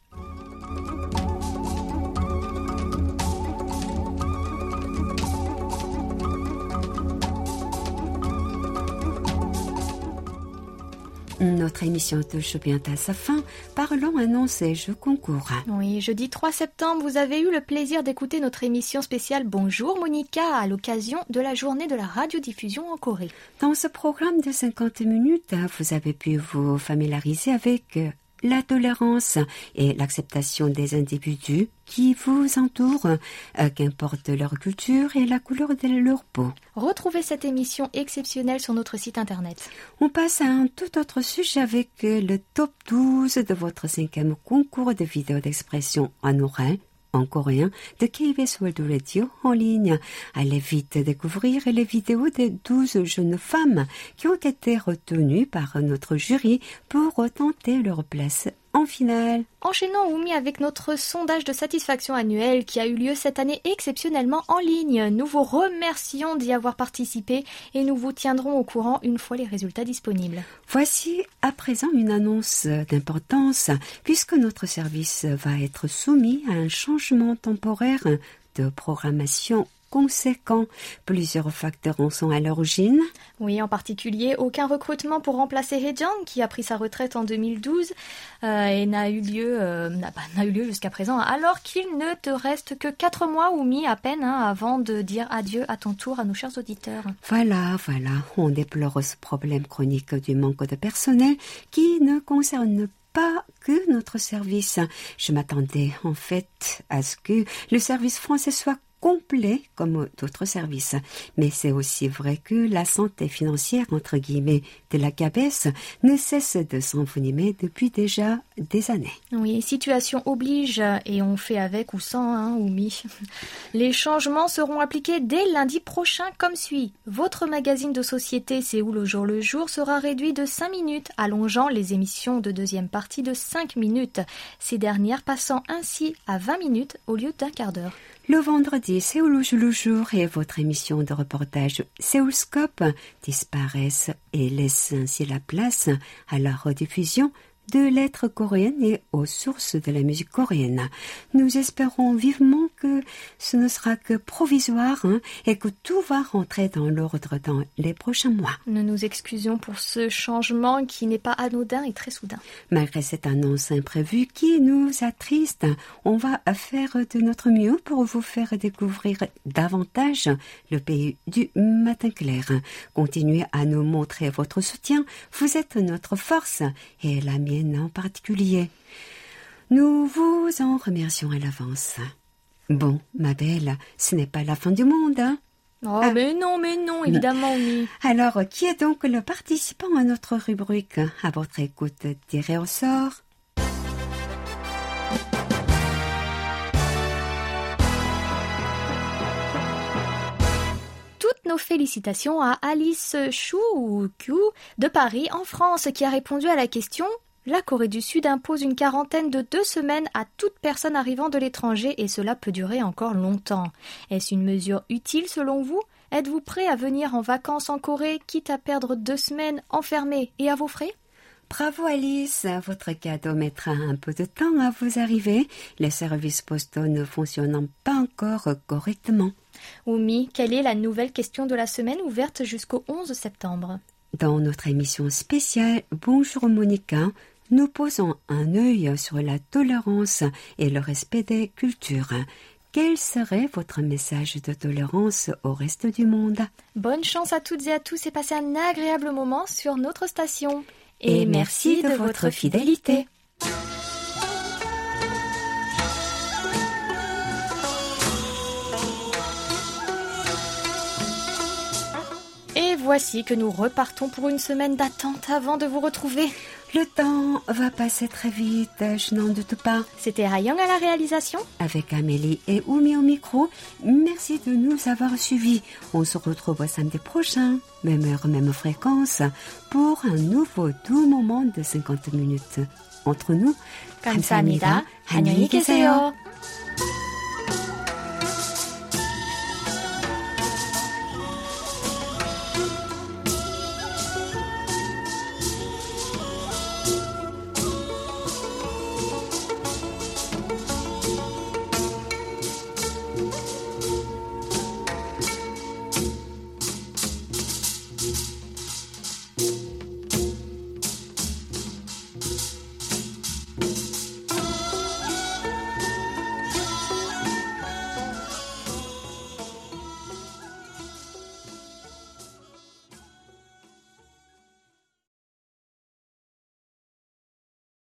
Notre émission touche bientôt à sa fin. Parlons annonces et jeux concours. Oui, jeudi trois septembre, vous avez eu le plaisir d'écouter notre émission spéciale Bonjour Monica à l'occasion de la journée de la radiodiffusion en Corée. Dans ce programme de cinquante minutes, vous avez pu vous familiariser avec la tolérance et l'acceptation des individus qui vous entourent, euh, qu'importe leur culture et la couleur de leur peau. Retrouvez cette émission exceptionnelle sur notre site internet. On passe à un tout autre sujet avec le top douze de votre cinquième concours de vidéos d'expression en oral, en coréen, de K B S World Radio en ligne. Allez vite découvrir les vidéos des douze jeunes femmes qui ont été retenues par notre jury pour tenter leur place en finale. Enchaînons, Oumi, avec notre sondage de satisfaction annuel qui a eu lieu cette année exceptionnellement en ligne. Nous vous remercions d'y avoir participé et nous vous tiendrons au courant une fois les résultats disponibles. Voici à présent une annonce d'importance puisque notre service va être soumis à un changement temporaire de programmation conséquent. Plusieurs facteurs en sont à l'origine. Oui, en particulier, aucun recrutement pour remplacer Hee-jung, qui a pris sa retraite en deux mille douze euh, et n'a eu lieu, euh, n'a, bah, n'a eu lieu jusqu'à présent, alors qu'il ne te reste que quatre mois ou mi à peine hein, avant de dire adieu à ton tour à nos chers auditeurs. Voilà, voilà, on déplore ce problème chronique du manque de personnel qui ne concerne pas que notre service. Je m'attendais en fait à ce que le service français soit complet comme d'autres services. Mais c'est aussi vrai que la santé financière, entre guillemets, de la K B S ne cesse de s'envenimer depuis déjà des années. Oui, situation oblige et on fait avec ou sans, hein, Oumi. Les changements seront appliqués dès lundi prochain comme suit. Votre magazine de société Séoul au jour le jour sera réduit de cinq minutes, allongeant les émissions de deuxième partie de cinq minutes. Ces dernières passant ainsi à vingt minutes au lieu d'un quart d'heure. Le vendredi, Séoul au jour le jour et votre émission de reportage Séoulscope disparaissent et laissent ainsi la place à la rediffusion de lettres coréennes et aux sources de la musique coréenne. Nous espérons vivement que ce ne sera que provisoire hein, et que tout va rentrer dans l'ordre dans les prochains mois. Nous nous excusons pour ce changement qui n'est pas anodin et très soudain. Malgré cette annonce imprévue qui nous attriste, on va faire de notre mieux pour vous faire découvrir davantage le pays du matin clair. Continuez à nous montrer votre soutien. Vous êtes notre force et la mienne en particulier. Nous vous en remercions à l'avance. Bon, ma belle, ce n'est pas la fin du monde, hein? Oh, ah. mais non, mais non, évidemment, oui. Alors, qui est donc le participant à notre rubrique à votre écoute tirée au sort? Nos félicitations à Alice Chou ou Q de Paris en France qui a répondu à la question « La Corée du Sud impose une quarantaine de deux semaines à toute personne arrivant de l'étranger et cela peut durer encore longtemps. Est-ce une mesure utile selon vous ? Êtes-vous prêt à venir en vacances en Corée quitte à perdre deux semaines enfermés et à vos frais ?» Bravo Alice, votre cadeau mettra un peu de temps à vous arriver. Les services postaux ne fonctionnant pas encore correctement. Oumi, quelle est la nouvelle question de la semaine ouverte jusqu'au onze septembre? Dans notre émission spéciale Bonjour Monica, nous posons un œil sur la tolérance et le respect des cultures. Quel serait votre message de tolérance au reste du monde? Bonne chance à toutes et à tous et passez un agréable moment sur notre station. Et, et merci, merci de, de votre fidélité. Et voici que nous repartons pour une semaine d'attente avant de vous retrouver. Le temps va passer très vite, je n'en doute pas. C'était Hayang à la réalisation. Avec Amélie et Oumi au micro. Merci de nous avoir suivis. On se retrouve samedi prochain, même heure, même fréquence, pour un nouveau doux moment de cinquante minutes. Entre nous, 감사합니다. 안녕히 계세요.